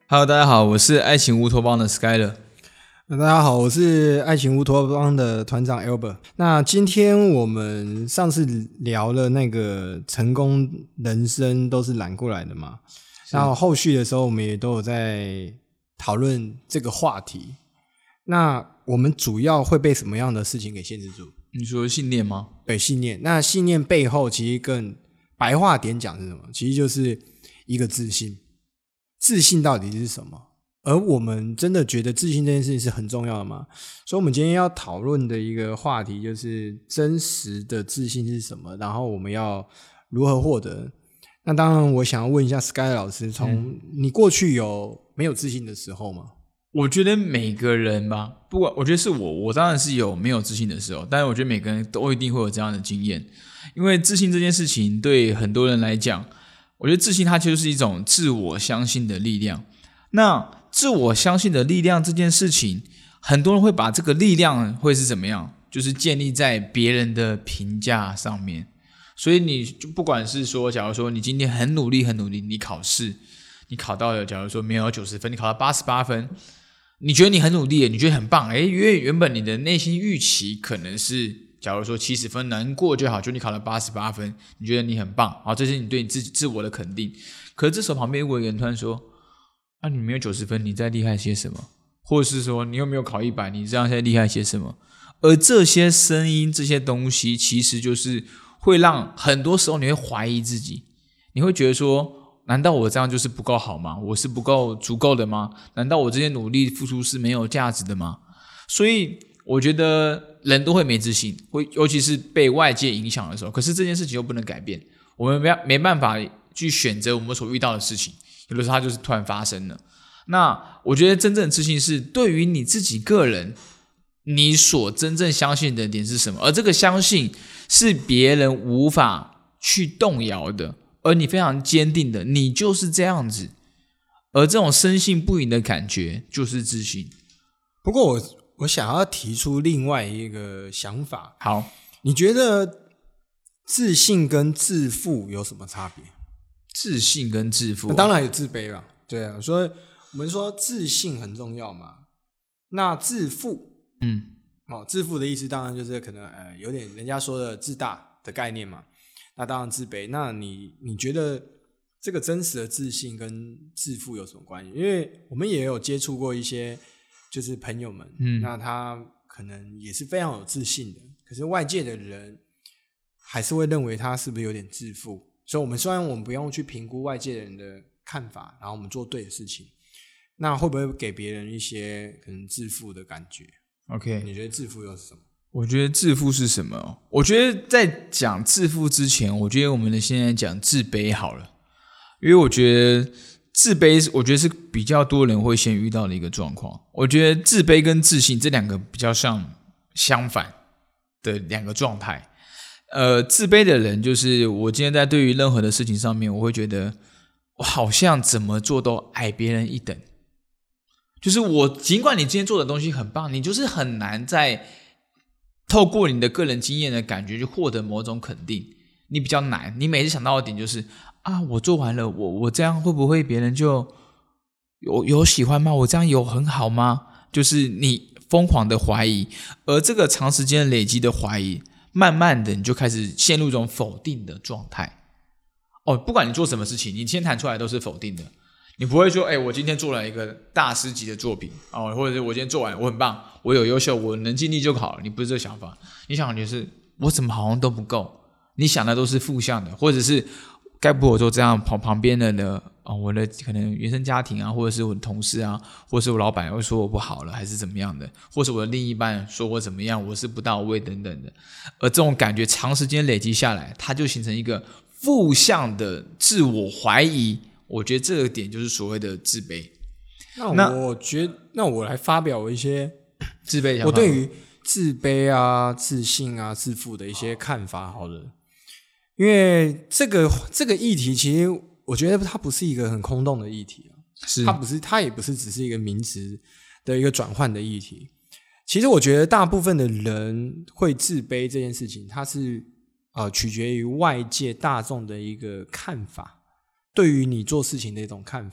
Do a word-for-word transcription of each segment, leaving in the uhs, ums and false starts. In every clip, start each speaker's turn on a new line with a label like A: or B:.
A: Hello， 大家好，我是爱情乌托邦的 Skyler。
B: 大家好，我是爱情乌托邦的团长 Albert。那今天我们上次聊了那个成功人生都是揽过来的嘛，然后后续的时候我们也都有在讨论这个话题。那我们主要会被什么样的事情给限制住？
A: 你说信念吗？
B: 对，信念。那信念背后其实更白话点讲是什么？其实就是一个自信。自信到底是什么？而我们真的觉得自信这件事情是很重要的吗？所以我们今天要讨论的一个话题就是真实的自信是什么，然后我们要如何获得。那当然我想要问一下 Sky 老师，从你过去有没有自信的时候吗？
A: 我觉得每个人吧，不管我觉得是我我当然是有没有自信的时候，但是我觉得每个人都一定会有这样的经验。因为自信这件事情对很多人来讲，我觉得自信它就是一种自我相信的力量。那自我相信的力量这件事情，很多人会把这个力量会是怎么样，就是建立在别人的评价上面。所以你就不管是说，假如说你今天很努力很努力，你考试你考到了，假如说没有九十分，你考到八十八分，你觉得你很努力，你觉得很棒，诶，因为原本你的内心预期可能是假如说七十分能过就好，就你考了八十八分，你觉得你很棒，好，这是你对你自己自我的肯定。可是这时候旁边如果有人突然说啊，你没有九十分，你在厉害些什么？或者是说你又没有考一百，你这样在厉害些什么？而这些声音这些东西其实就是会让很多时候你会怀疑自己，你会觉得说难道我这样就是不够好吗？我是不够足够的吗？难道我这些努力付出是没有价值的吗？所以我觉得人都会没自信，会尤其是被外界影响的时候，可是这件事情又不能改变，我们没没办法去选择我们所遇到的事情，有的时候它就是突然发生了。那我觉得真正的自信是对于你自己个人，你所真正相信的点是什么，而这个相信是别人无法去动摇的，而你非常坚定的，你就是这样子，而这种深信不疑的感觉就是自信。
B: 不过我我想要提出另外一个想法。
A: 好，
B: 你觉得自信跟自负有什么差别？
A: 自信跟自负、啊、
B: 当然有自卑啦，对啊，所以我们说自信很重要嘛。那自负，
A: 嗯，
B: 哦，自负的意思当然就是可能呃有点人家说的自大的概念嘛。那当然自卑。那你你觉得这个真实的自信跟自负有什么关系？因为我们也有接触过一些就是朋友们，嗯，那他可能也是非常有自信的，可是外界的人还是会认为他是不是有点自负。所以我们虽然我们不用去评估外界人的看法，然后我们做对的事情，那会不会给别人一些可能自负的感觉？
A: OK，
B: 你觉得自负又是什么？
A: 我觉得自负是什么？我觉得在讲自负之前，我觉得我们现在讲自卑好了，因为我觉得自卑我觉得是比较多人会先遇到的一个状况。我觉得自卑跟自信这两个比较像相反的两个状态。呃，自卑的人就是我今天在对于任何的事情上面，我会觉得我好像怎么做都矮别人一等，就是我尽管你今天做的东西很棒，你就是很难在透过你的个人经验的感觉去获得某种肯定，你比较难。你每次想到的点就是啊，我做完了，我我这样会不会别人就有有喜欢吗？我这样有很好吗？就是你疯狂的怀疑，而这个长时间累积的怀疑，慢慢的你就开始陷入一种否定的状态。哦，不管你做什么事情，你先谈出来都是否定的。你不会说，哎、欸，我今天做了一个大师级的作品，哦，或者是我今天做完，我很棒，我有优秀，我能尽力就好了。你不是这个想法，你想的是我怎么好像都不够。你想的都是负向的，或者是该不会我做这样旁旁边的呢、哦？我的可能原生家庭啊，或者是我的同事啊，或者是我老板会说我不好了，还是怎么样的，或是我的另一半说我怎么样，我是不到位等等的。而这种感觉长时间累积下来，它就形成一个负向的自我怀疑。我觉得这个点就是所谓的自卑。
B: 那我觉得，那我来发表我一些
A: 自卑的想法。
B: 我对于自卑啊、自信啊、自负的一些看法。好了，因为这个这个议题，其实我觉得它不是一个很空洞的议题啊，
A: 是
B: 它不是，它也不是只是一个名词的一个转换的议题。其实我觉得大部分的人会自卑这件事情，它是呃取决于外界大众的一个看法。对于你做事情的一种看法，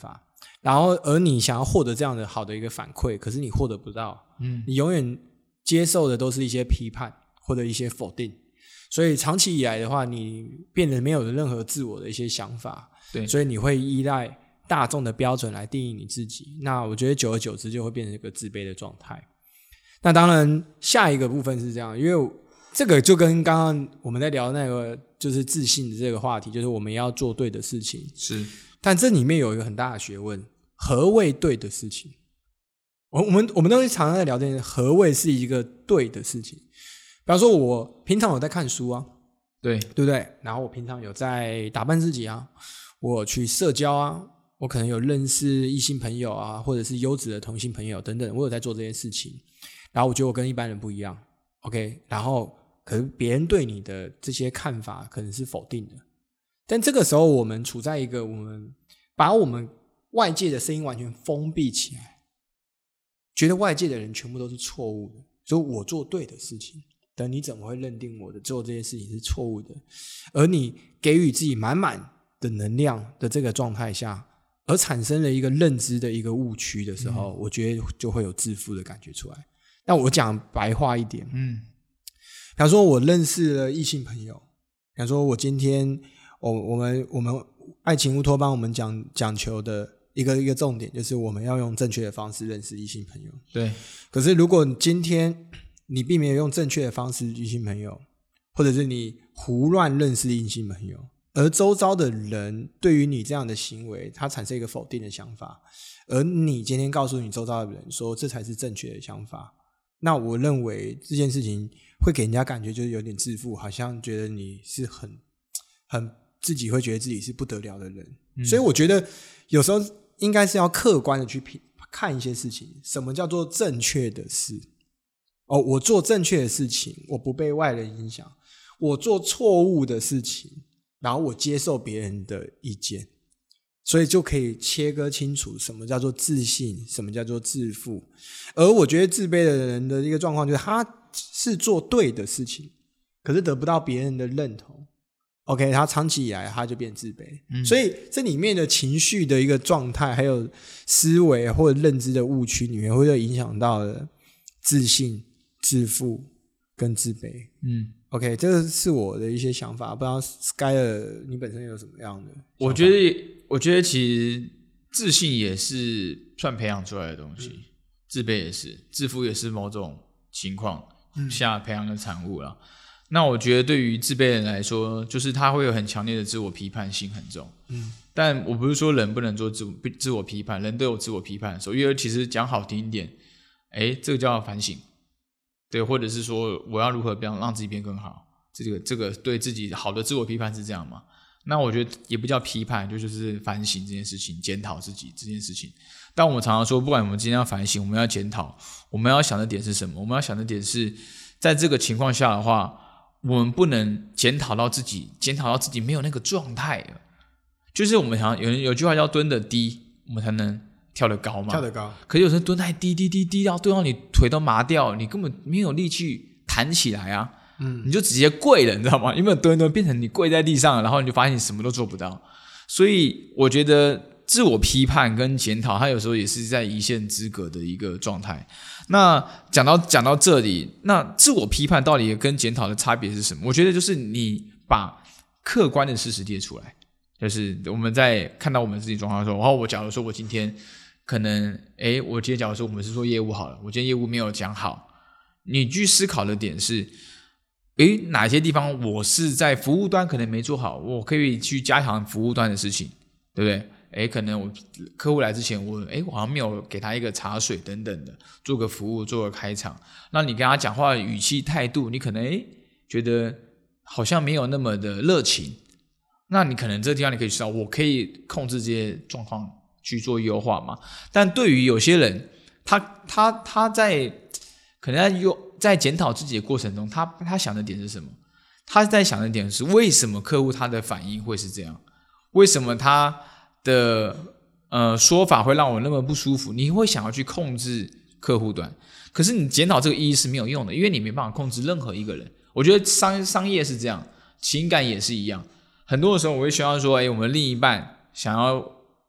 B: 然后而你想要获得这样的好的一个反馈，可是你获得不到，
A: 嗯，
B: 你永远接受的都是一些批判或者一些否定，所以长期以来的话，你变得没有任何自我的一些想法，
A: 对，
B: 所以你会依赖大众的标准来定义你自己，那我觉得久而久之就会变成一个自卑的状态。那当然下一个部分是这样，因为这个就跟刚刚我们在聊那个就是自信的这个话题，就是我们要做对的事情，
A: 是，但
B: 这里面有一个很大的学问，何谓对的事情？我我们我们都会常常在聊这件事，何谓是一个对的事情？比方说，我平常有在看书啊，
A: 对
B: 对不对？然后我平常有在打扮自己啊，我去社交啊，我可能有认识异性朋友啊，或者是优质的同性朋友等等，我有在做这件事情。然后我觉得我跟一般人不一样 ，OK？ 然后可是别人对你的这些看法可能是否定的，但这个时候我们处在一个我们把我们外界的声音完全封闭起来，觉得外界的人全部都是错误的，所以我做对的事情，但你怎么会认定我的做这件事情是错误的？而你给予自己满满的能量的这个状态下，而产生了一个认知的一个误区的时候，嗯、我觉得就会有自负的感觉出来。那我讲白话一点，嗯，比方说我认识了异性朋友，比方说我今天我我们我们爱情乌托邦我们讲讲求的一个一个重点就是我们要用正确的方式认识异性朋友。
A: 对，
B: 可是如果今天你并没有用正确的方式异性朋友，或者是你胡乱认识异性朋友，而周遭的人对于你这样的行为他产生一个否定的想法，而你今天告诉你周遭的人说这才是正确的想法，那我认为这件事情会给人家感觉就是有点自负，好像觉得你是很很自己会觉得自己是不得了的人、嗯、所以我觉得有时候应该是要客观的去看一些事情，什么叫做正确的事哦，我做正确的事情，我不被外人影响，我做错误的事情，然后我接受别人的意见，所以就可以切割清楚什么叫做自信，什么叫做自负。而我觉得自卑的人的一个状况就是他是做对的事情，可是得不到别人的认同， OK， 他长期以来他就变自卑、嗯、所以这里面的情绪的一个状态还有思维或者认知的误区里面会影响到了自信、自负跟自卑。嗯 OK， 这个是我的一些想法，不知道 Skyler 你本身有什么样的想法？
A: 我觉得我觉得其实自信也是算培养出来的东西、嗯、自卑也是，自负也是某种情况下培养的产物啦、嗯、那我觉得对于自卑的人来说，就是他会有很强烈的自我批判性很重、嗯、但我不是说人不能做 自, 我自我批判，人都有自我批判的时候，因为其实讲好听一点，诶这个叫反省，对，或者是说我要如何让自己变更好，这个这个对自己好的自我批判是这样嘛？那我觉得也不叫批判，就就是反省这件事情，检讨自己这件事情。但我们常常说，不管我们今天要反省，我们要检讨，我们要想的点是什么？我们要想的点是，在这个情况下的话，我们不能检讨到自己，检讨到自己没有那个状态了。就是我们常有有句话叫蹲得低，我们才能跳得高嘛。
B: 跳得高。
A: 可是有时候蹲太低低低低到蹲到你腿都麻掉，你根本没有力气弹起来啊。嗯，你就直接跪了，你知道吗？有没有蹲蹲变成你跪在地上，然后你就发现你什么都做不到。所以我觉得自我批判跟检讨，它有时候也是在一线之隔的一个状态。那讲到讲到这里，那自我批判到底跟检讨的差别是什么？我觉得就是你把客观的事实列出来，就是我们在看到我们自己状况的时候，然后我假如说我今天可能，诶，我今天假如说我们是做业务好了，我今天业务没有讲好，你去思考的点是，诶，哪些地方我是在服务端可能没做好，我可以去加强服务端的事情，对不对？诶，可能我客户来之前，我诶我好像没有给他一个茶水等等的，做个服务，做个开场。那你跟他讲话的语气态度，你可能诶觉得好像没有那么的热情。那你可能这个地方你可以知道，我可以控制这些状况去做优化嘛。但对于有些人，他他他在可能在优在检讨自己的过程中，他他想的点是什么？他在想的点是为什么客户他的反应会是这样？为什么他的呃说法会让我那么不舒服？你会想要去控制客户端，可是你检讨这个意义是没有用的，因为你没办法控制任何一个人。我觉得商商业是这样，情感也是一样。很多的时候我会希望说，哎，我们另一半想要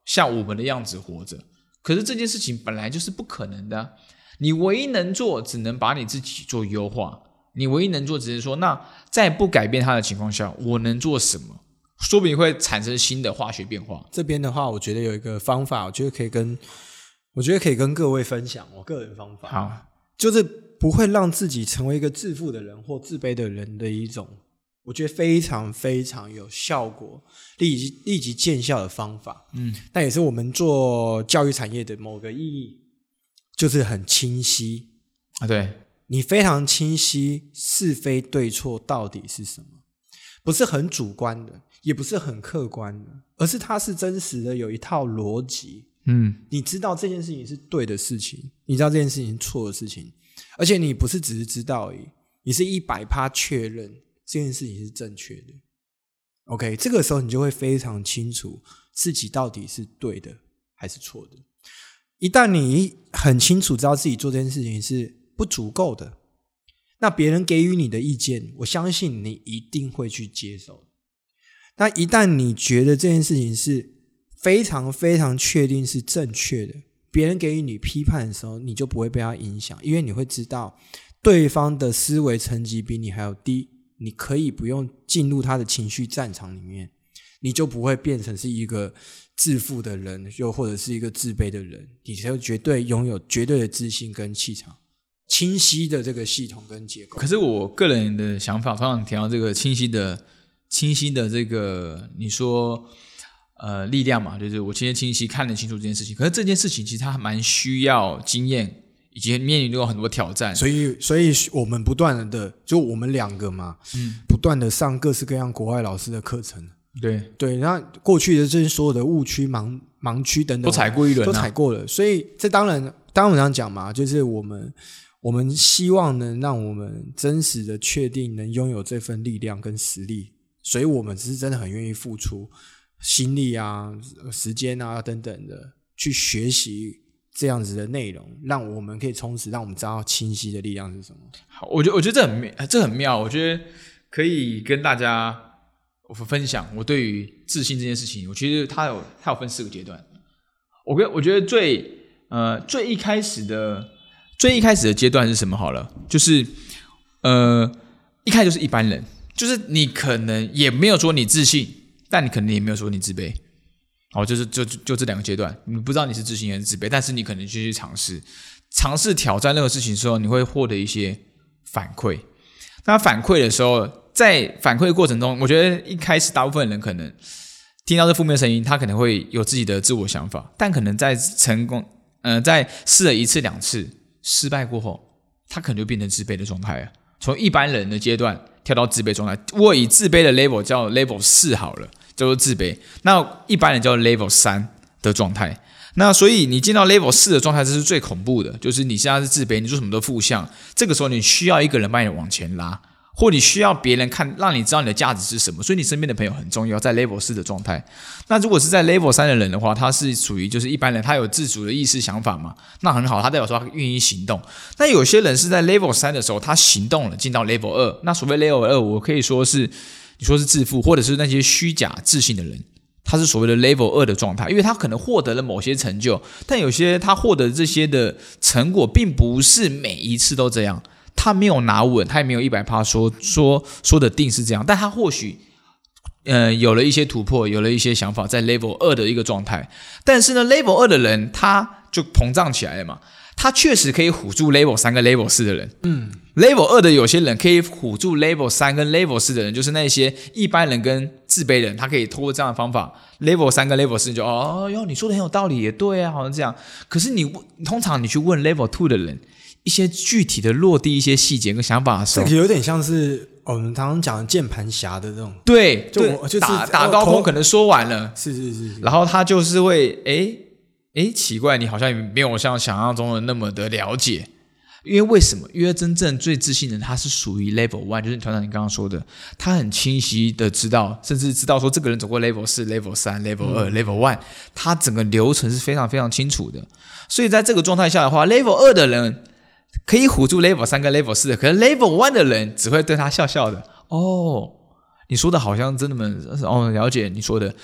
A: 像我们的样子活着。可是这件事情本来就是不可能的、啊，你唯一能做只能把你自己做优化，你唯一能做只是说，那在不改变它的情况下，我能做什么？说不定会产生新的化学变化。
B: 这边的话，我觉得有一个方法，我觉得可以跟我觉得可以跟各位分享我个人方法。
A: 好，
B: 就是不会让自己成为一个自负的人或自卑的人的一种，我觉得非常非常有效果、立即立即见效的方法。嗯，但也是我们做教育产业的某个意义，就是很清晰
A: 啊，对，
B: 你非常清晰是非对错到底是什么，不是很主观的，也不是很客观的，而是它是真实的，有一套逻辑。嗯，你知道这件事情是对的事情，你知道这件事情是错的事情，而且你不是只是知道而已，你是一百趴确认这件事情是正确的。OK， 这个时候你就会非常清楚自己到底是对的还是错的。一旦你很清楚知道自己做这件事情是不足够的，那别人给予你的意见，我相信你一定会去接受。那一旦你觉得这件事情是非常非常确定是正确的，别人给予你批判的时候，你就不会被他影响，因为你会知道对方的思维层级比你还要低，你可以不用进入他的情绪战场里面，你就不会变成是一个自负的人，又或者是一个自卑的人，你就绝对拥有绝对的自信跟气场，清晰的这个系统跟结构。
A: 可是我个人的想法，通常提到这个清晰的、清晰的这个，你说呃力量嘛，就是我今天清晰看得清楚这件事情。可是这件事情其实它还蛮需要经验，以及面临到很多挑战。
B: 所以，所以我们不断的，就我们两个嘛，嗯，不断的上各式各样国外老师的课程。
A: 对
B: 对，那过去的这些所有的误区、盲盲区等等，
A: 都踩过一轮、啊，
B: 都踩过了。所以这当然，当然这样讲嘛，就是我们我们希望能让我们真实的确定能拥有这份力量跟实力，所以我们只是真的很愿意付出心力啊、时间啊等等的去学习这样子的内容，让我们可以充实，让我们知道清晰的力量是什么。
A: 好，我觉得我觉得这很妙，这很妙，我觉得可以跟大家我分享我对于自信这件事情。我其实它有它有分四个阶段。我跟我觉得最呃最一开始的最一开始的阶段是什么？好了，就是呃一开始就是一般人，就是你可能也没有说你自信，但你可能也没有说你自卑。好，就是就就这两个阶段，你不知道你是自信还是自卑，但是你可能就去尝试尝试挑战任何事情的时候，你会获得一些反馈。那反馈的时候，在反馈的过程中，我觉得一开始大部分人可能听到这负面声音，他可能会有自己的自我想法，但可能在成功，呃，在试了一次两次失败过后，他可能就变成自卑的状态了。从一般人的阶段跳到自卑状态，我以自卑的 level 叫 level 四好了，叫做自卑。那一般人叫 level 三的状态。那所以你进到 level 四的状态，这是最恐怖的，就是你现在是自卑，你做什么都负向，这个时候你需要一个人把你往前拉，或你需要别人看，让你知道你的价值是什么。所以你身边的朋友很重要，在 level 四的状态。那如果是在 level 三的人的话，他是属于就是一般人，他有自主的意识想法嘛，那很好，他代表说他愿意行动。那有些人是在 level 三的时候，他行动了，进到 level 二。那所谓 level 二，我可以说是你说是自负，或者是那些虚假自信的人，他是所谓的 level 二的状态，因为他可能获得了某些成就，但有些他获得这些的成果，并不是每一次都这样。他没有拿稳，他也没有 百分之百 说说说的定是这样，但他或许呃有了一些突破，有了一些想法，在 level 二的一个状态。但是呢 level 二的人他就膨胀起来了嘛，他确实可以唬住 level 三跟 level 四的人。嗯 level 二的有些人可以唬住 level 三跟 level 四的人，就是那些一般人跟自卑人，他可以透过这样的方法 level 三跟 level 四就哦哟，你说的很有道理，也对啊，好像这样。可是你通常你去问 level 二的人一些具体的落地一些细节跟想法的时候，
B: 这个有点像是我们常常讲的键盘侠的这种，
A: 对，
B: 就
A: 对，
B: 就是
A: 打打高空可能说完了，
B: 是是是是，
A: 然后他就是会诶诶奇怪，你好像没有像想象中的那么的了解。因为为什么？因为真正最自信的人，他是属于 level one， 就是团长你刚刚说的，他很清晰的知道，甚至知道说这个人走过 level 四、level 三、level 二、level one， 他整个流程是非常非常清楚的。所以在这个状态下的话 ，level 二的人可以唬住 level 三跟 level 四的，可是 level one 的人只会对他笑笑的。哦，你说的好像真的蛮哦，了解你说的。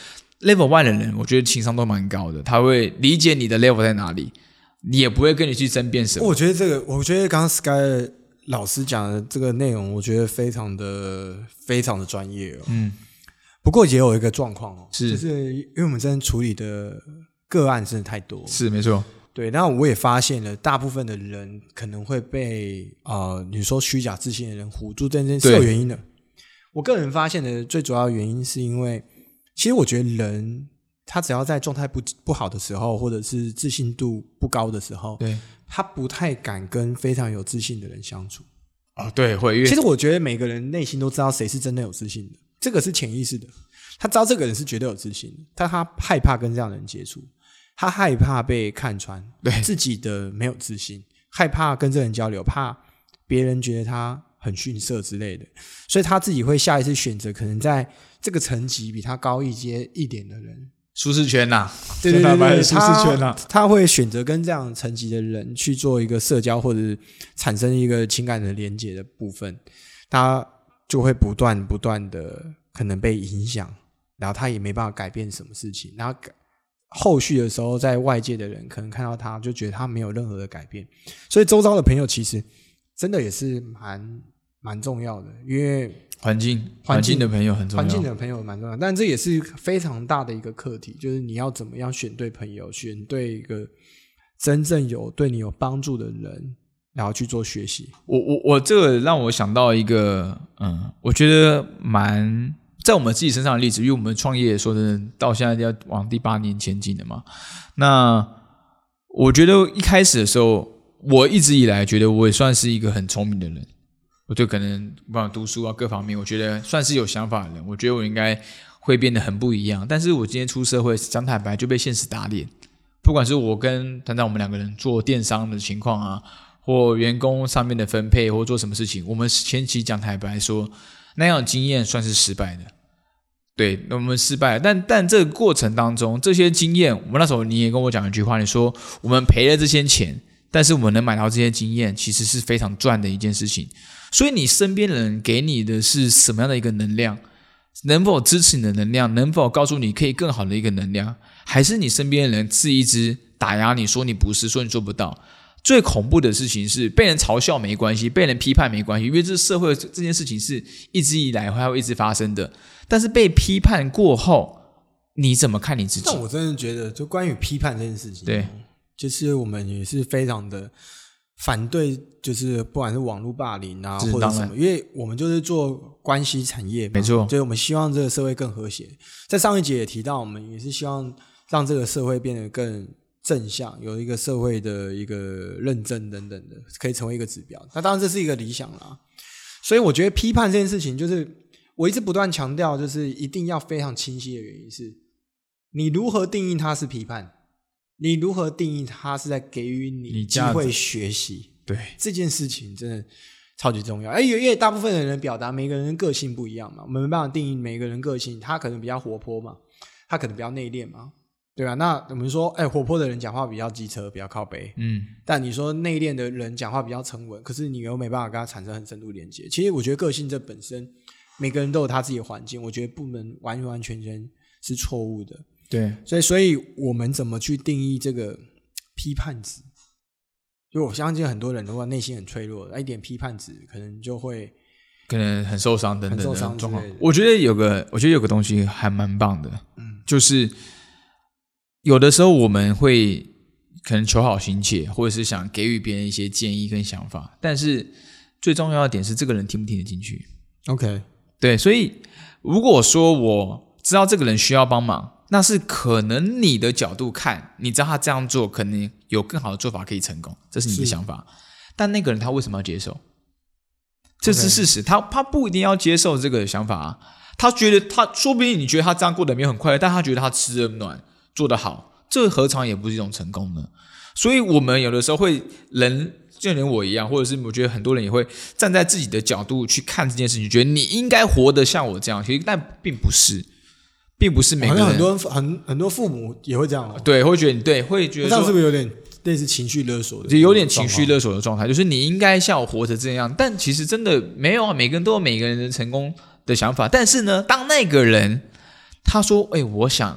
A: level one 的人，我觉得情商都蛮高的，他会理解你的 level 在哪里，你也不会跟你去争辩什么。
B: 我觉得这个，我觉得刚刚 Sky 老师讲的这个内容，我觉得非常的非常的专业哦。
A: 嗯，
B: 不过也有一个状况哦，
A: 是
B: 就是因为我们真的处理的个案真的太多，
A: 是没错。
B: 对，那我也发现了，大部分的人可能会被呃，你说虚假自信的人唬住，这件事是有原因的。我个人发现的最主要原因是因为，其实我觉得人他只要在状态不不好的时候，或者是自信度不高的时候，
A: 对，
B: 他不太敢跟非常有自信的人相处。
A: 哦，对，会。
B: 其实我觉得每个人内心都知道谁是真的有自信的，这个是潜意识的。他知道这个人是绝对有自信的，但他害怕跟这样的人接触。他害怕被看穿，
A: 对
B: 自己的没有自信，害怕跟这人交流，怕别人觉得他很逊色之类的，所以他自己会下意识选择可能在这个层级比他高一阶一点的人，
A: 舒适圈呐、啊，
B: 对对对对，
A: 舒适圈呐、啊，
B: 他会选择跟这样层级的人去做一个社交，或者产生一个情感的连结的部分，他就会不断不断的可能被影响，然后他也没办法改变什么事情，然后后续的时候，在外界的人可能看到他就觉得他没有任何的改变，所以周遭的朋友其实真的也是蛮蛮重要的，因为
A: 环境环境的朋友很重要，
B: 环境的朋友蛮重要，但这也是非常大的一个课题，就是你要怎么样选对朋友，选对一个真正有对你有帮助的人，然后去做学习。
A: 我我我这个让我想到一个，嗯，我觉得蛮。在我们自己身上的例子，因为我们创业说真的到现在要往第八年前进了嘛。那我觉得一开始的时候，我一直以来觉得我也算是一个很聪明的人，我就可能不管读书啊各方面，我觉得算是有想法的人。我觉得我应该会变得很不一样。但是我今天出社会，讲坦白就被现实打脸。不管是我跟团长我们两个人做电商的情况啊，或员工上面的分配，或做什么事情，我们前期讲坦白说。那样的经验算是失败的，对，我们失败了。但但这个过程当中，这些经验，我们那时候你也跟我讲一句话，你说我们赔了这些钱，但是我们能买到这些经验，其实是非常赚的一件事情。所以你身边的人给你的是什么样的一个能量？能否支持你的能量？能否告诉你可以更好的一个能量？还是你身边的人是一直打压你，说你不是，说你做不到？最恐怖的事情是被人嘲笑没关系，被人批判没关系，因为这社会这件事情是一直以来还会一直发生的。但是被批判过后，你怎么看你自己？
B: 但我真的觉得，就关于批判这件事情，
A: 对，
B: 就是我们也是非常的反对，就是不管是网络霸凌啊，或者什么，因为我们就是做关系产业嘛，
A: 没错，
B: 所以我们希望这个社会更和谐。在上一节也提到，我们也是希望让这个社会变得更正向，有一个社会的一个认证等等的，可以成为一个指标。那当然这是一个理想啦，所以我觉得批判这件事情，就是我一直不断强调，就是一定要非常清晰的原因是，你如何定义它是批判，你如何定义它是在给予你机会学习。
A: 对，
B: 这件事情真的超级重要。哎，因为大部分的人表达每个人的个性不一样嘛，我们没办法定义每个人个性，他可能比较活泼嘛，他可能比较内敛嘛。对吧？那我们说，哎，活泼的人讲话比较机车，比较靠北。嗯，但你说内敛的人讲话比较沉稳，可是你又没办法跟他产生很深度连接。其实我觉得个性这本身，每个人都有他自己的环境，我觉得不能完完全全是错误的。
A: 对，
B: 所以，所以我们怎么去定义这个批判值？就我相信很多人的话，内心很脆弱，一点批判值可能就会
A: 可能很受伤等等的状况。
B: 的
A: 我觉得有个，我觉得有个东西还蛮棒的，嗯，就是。有的时候我们会可能求好心切，或者是想给予别人一些建议跟想法，但是最重要的点是这个人听不听得进去。
B: OK，
A: 对，所以如果说我知道这个人需要帮忙，那是可能你的角度看，你知道他这样做可能有更好的做法可以成功，这是你的想法，但那个人他为什么要接受？这是事实， okay. 他他不一定要接受这个想法啊，他觉得他说不定你觉得他这样过得没有很快乐，但他觉得他吃得暖做得好，这何尝也不是一种成功呢？所以我们有的时候会人就连我一样，或者是我觉得很多人也会站在自己的角度去看这件事情，觉得你应该活得像我这样，其实但并不是，并不是每个人。
B: 好像很多很很多父母也会这样、哦，
A: 对，会觉得你对，会觉得
B: 这样是不是有点类似情绪勒索的？
A: 就有点情绪勒索的状态，就是你应该像我活着这样，但其实真的没有啊，每个人都有每个人的成功的想法，但是呢，当那个人他说：“哎、欸，我想。”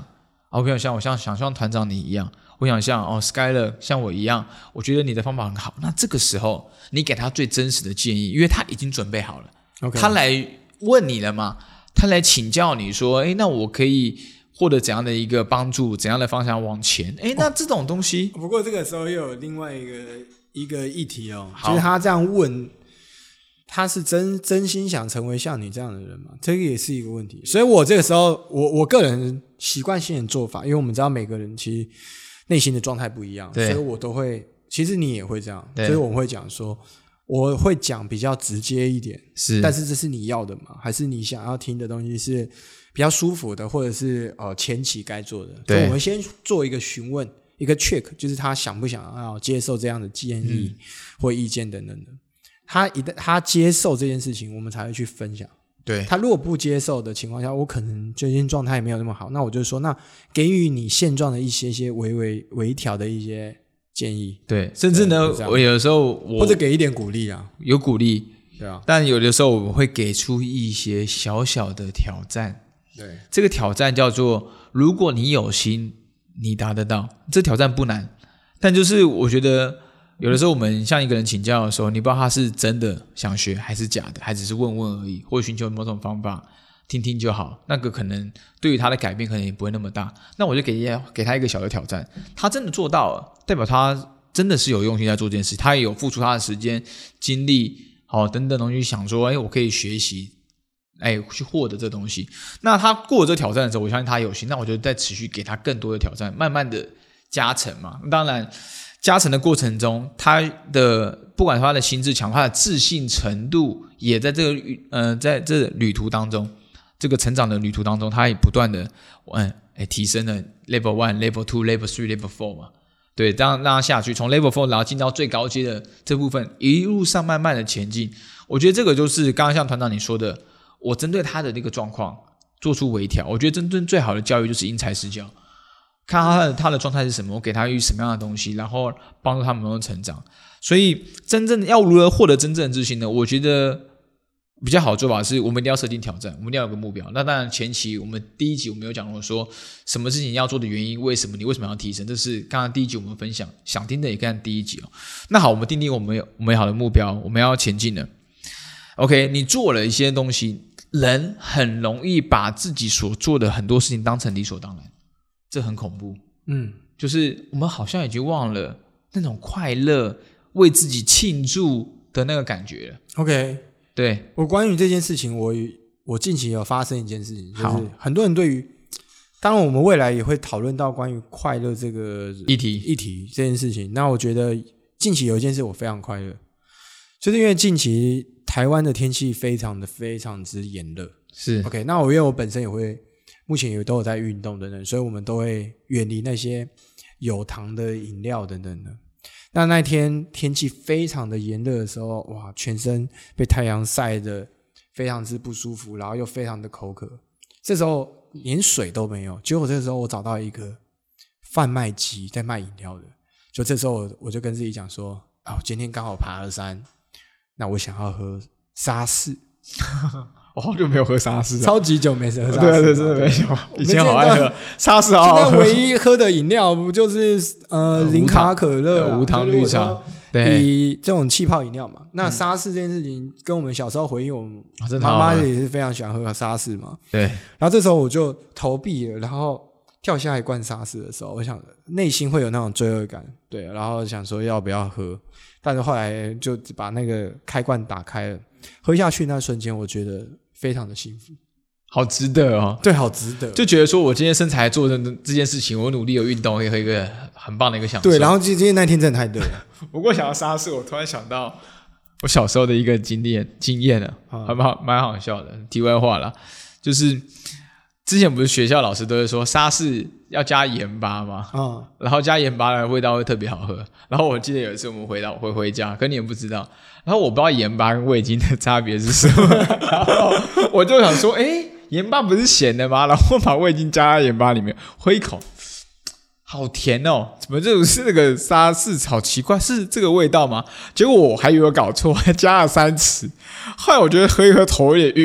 A: OK， 像我像想像团长你一样，我想像哦 Skyler 像我一样，我觉得你的方法很好。那这个时候你给他最真实的建议，因为他已经准备好了，
B: okay.
A: 他来问你了嘛，他来请教你说，哎，那我可以获得怎样的一个帮助，怎样的方向往前？哎，那这种东西、
B: 哦，不过这个时候又有另外一个一个议题哦，就是他这样问。他是真真心想成为像你这样的人吗？这个也是一个问题。所以我这个时候，我我个人习惯性的做法，因为我们知道每个人其实内心的状态不一样，所以我都会，其实你也会这样，所以我会讲说，我会讲比较直接一点，
A: 是，
B: 但是这是你要的吗？还是你想要听的东西是比较舒服的，或者是呃前期该做的？所以我们先做一个询问，一个 check， 就是他想不想要接受这样的建议或意见等等的。他一旦他接受这件事情，我们才会去分享。
A: 对，
B: 他如果不接受的情况下，我可能最近状态没有那么好，那我就说，那给予你现状的一些些微微微调的一些建议。
A: 对，甚至呢，我有的时候我
B: 或者给一点鼓励啊，
A: 有鼓励，
B: 对啊。
A: 但有的时候我会给出一些小小的挑战。
B: 对，
A: 这个挑战叫做，如果你有心，你达得到。这挑战不难，但就是我觉得。有的时候我们向一个人请教的时候，你不知道他是真的想学还是假的，还只是问问而已，或寻求某种方法听听就好，那个可能对于他的改变可能也不会那么大。那我就给给他一个小的挑战，他真的做到了，代表他真的是有用心在做这件事，他也有付出他的时间精力好等等东西，想说哎，我可以学习哎去获得这东西。那他过了这挑战的时候，我相信他有心，那我就再持续给他更多的挑战，慢慢的加成嘛。当然加成的过程中，他的不管他的心智强，他的自信程度也在这个呃在这旅途当中，这个成长的旅途当中，他也不断的嗯哎提升了 level one、level two、level three、level four 嘛，对，这样让他下去，从 level four 然后进到最高阶的这部分，一路上慢慢的前进。我觉得这个就是刚刚像团长你说的，我针对他的那个状况做出微调。我觉得真正最好的教育就是因材施教。看他的他的状态是什么，我给他予什么样的东西，然后帮助他们成长。所以真正要如何获得真正的自信呢？我觉得比较好的做法是我们一定要设定挑战，我们一定要有个目标。那当然前期我们第一集我们有讲过说什么事情要做的原因，为什么你为什么要提升，这是刚刚第一集我们分享，想听的也看第一集哦。那好，我们定定我们有我们有好的目标，我们要前进了。OK， 你做了一些东西，人很容易把自己所做的很多事情当成理所当然。这很恐怖，
B: 嗯，
A: 就是我们好像已经忘了那种快乐、为自己庆祝的那个感觉了。
B: OK，
A: 对，
B: 我关于这件事情，我我近期有发生一件事情，就是很多人对于，当然我们未来也会讨论到关于快乐这个
A: 议题
B: 议题这件事情。那我觉得近期有一件事我非常快乐，就是因为近期台湾的天气非常的非常之炎热，
A: 是
B: OK。那我因为我本身也会。目前也都有在运动等等，所以我们都会远离那些有糖的饮料等等的。那那天天气非常的炎热的时候，哇，全身被太阳晒得非常之不舒服，然后又非常的口渴。这时候连水都没有，结果这个时候我找到一个贩卖机在卖饮料的，就这时候我就跟自己讲说，啊，我今天刚好爬了山，那我想要喝沙士。
A: 我好久没有喝沙士了，
B: 超级久没喝沙士。
A: 对对，真的没有。以前好爱喝沙士，好好喝。
B: 现在唯一喝的饮料不就是呃零卡可乐、
A: 无糖绿茶，
B: 对，以这种气泡饮料嘛。那沙士这件事情跟我们小时候回忆，我们妈妈也是非常喜欢喝沙士嘛。
A: 对。
B: 然后这时候我就投币了，然后跳下一罐沙士的时候，我想内心会有那种罪恶感，对，然后想说要不要喝，但是后来就把那个开罐打开了，喝下去那瞬间，我觉得。非常的幸福，
A: 好值得哦！
B: 对，好值得，
A: 就觉得说我今天身材做的这件事情，我努力有运动，也有一个很棒的一个享受。
B: 对，然后今天那天真的太热了。
A: 不过想到沙士，我突然想到我小时候的一个经验经验了，还蛮好蛮好笑的。题外话啦，就是之前不是学校老师都会说沙士要加盐巴吗？
B: 嗯，
A: 然后加盐巴的味道会特别好喝。然后我记得有一次我们回到回回家，可你也不知道。然后我不知道盐巴跟味精的差别是什么，然后我就想说，哎，盐巴不是咸的吗？然后把味精加在盐巴里面，喝一口，好甜哦！怎么就是那个沙士好奇怪，是这个味道吗？结果我还以为我搞错，还加了三匙。后来我觉得喝一喝头有点晕，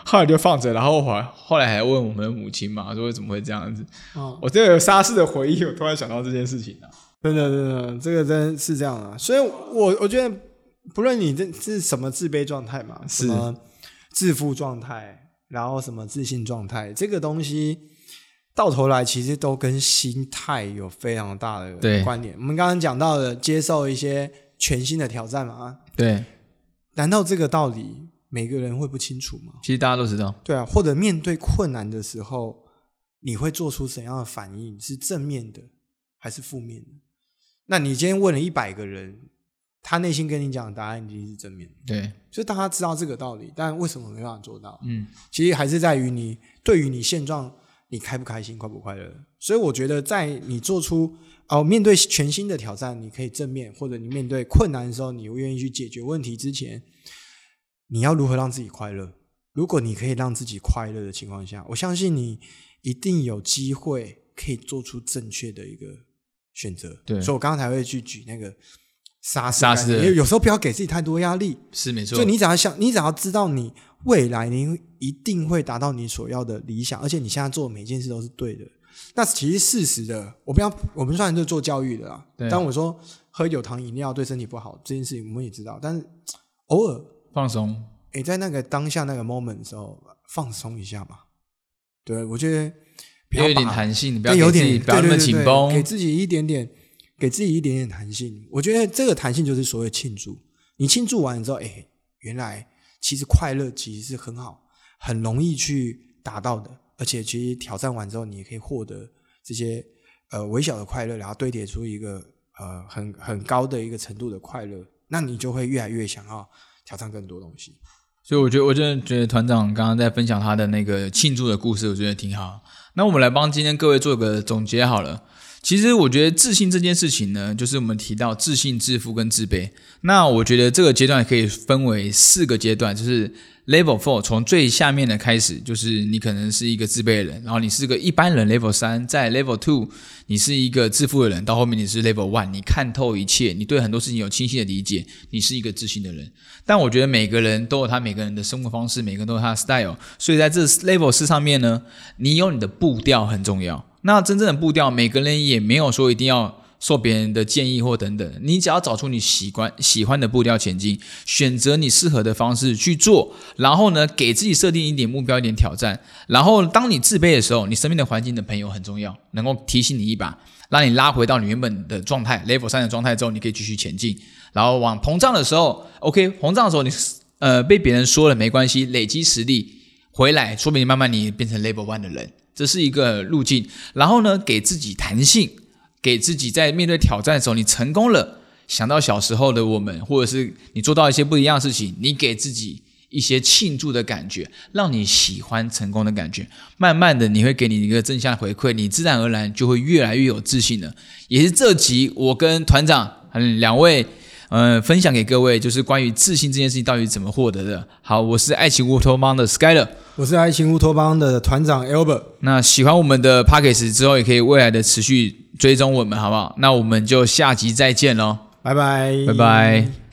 A: 后来就放着，然后后来后来还问我们的母亲嘛，说怎么会这样子？
B: 哦，
A: 我这个有沙士的回忆，我突然想到这件事情啊。
B: 真的真的，这个真是这样啊。所以我我觉得，不论你这是什么自卑状态嘛，什么自负状态，然后什么自信状态，这个东西到头来其实都跟心态有非常大的关联。我们刚刚讲到的，接受一些全新的挑战嘛，
A: 对，
B: 难道这个道理每个人会不清楚吗？
A: 其实大家都知道。
B: 对啊，或者面对困难的时候，你会做出怎样的反应？是正面的还是负面的？那你今天问了一百个人，他内心跟你讲的答案一定是正面的。
A: 对，
B: 所以大家知道这个道理，但为什么没办法做到？
A: 嗯，
B: 其实还是在于你对于你现状，你开不开心，快不快乐。所以我觉得，在你做出哦面对全新的挑战，你可以正面，或者你面对困难的时候，你愿意去解决问题之前，你要如何让自己快乐？如果你可以让自己快乐的情况下，我相信你一定有机会可以做出正确的一个选择。
A: 对，
B: 所以我刚刚才会去举那个沙士，
A: 沙士
B: 因为有时候不要给自己太多压力，
A: 是没错。
B: 就你只要想，你只要知道你未来你一定会达到你所要的理想，而且你现在做的每件事都是对的。那其实事实的，我不要，我们虽然是做教育的啦，当我说喝有糖饮料对身体不好这件事情，我们也知道，但是偶尔
A: 放松，
B: 诶，在那个当下那个 moment 的时候，放松一下嘛。对，我觉得不要
A: 有点弹性，你不要
B: 有点
A: 给自己不要那么紧绷，
B: 给自己一点点，给自己一点点弹性。我觉得这个弹性就是所谓庆祝。你庆祝完之后，哎，原来其实快乐其实是很好，很容易去达到的，而且其实挑战完之后，你也可以获得这些呃微小的快乐，然后堆叠出一个呃很很高的一个程度的快乐，那你就会越来越想要挑战更多东西。
A: 所以我觉得，我真的觉得团长刚刚在分享他的那个庆祝的故事，我觉得挺好。那我们来帮今天各位做个总结好了。其实我觉得自信这件事情呢，就是我们提到自信、自负跟自卑。那我觉得这个阶段可以分为四个阶段，就是 Level 四从最下面的开始，就是你可能是一个自卑的人，然后你是个一般人 Level 三，在 Level 二你是一个自负的人，到后面你是 Level 一，你看透一切，你对很多事情有清晰的理解，你是一个自信的人。但我觉得每个人都有他每个人的生活方式，每个人都有他的 style， 所以在这 Level 四上面呢，你有你的步调很重要。那真正的步调，每个人也没有说一定要受别人的建议或等等，你只要找出你喜欢喜欢的步调前进，选择你适合的方式去做，然后呢，给自己设定一点目标、一点挑战。然后当你自卑的时候，你身边的环境的朋友很重要，能够提醒你一把，让你拉回到你原本的状态 Level 三的状态之后，你可以继续前进。然后往膨胀的时候 OK， 膨胀的时候你呃被别人说了没关系，累积实力回来，说不定慢慢你变成 Level 一的人，这是一个路径。然后呢，给自己弹性，给自己在面对挑战的时候，你成功了，想到小时候的我们，或者是你做到一些不一样的事情，你给自己一些庆祝的感觉，让你喜欢成功的感觉，慢慢的你会给你一个正向回馈，你自然而然就会越来越有自信了。也是这集我跟团长两位呃，分享给各位，就是关于自信这件事情到底怎么获得的。好，我是爱情乌托邦的 Skyler，
B: 我是爱情乌托邦的团长 Albert。
A: 那喜欢我们的 Podcast 之后，也可以未来的持续追踪我们，好不好？那我们就下集再见咯，
B: 拜拜，
A: 拜拜。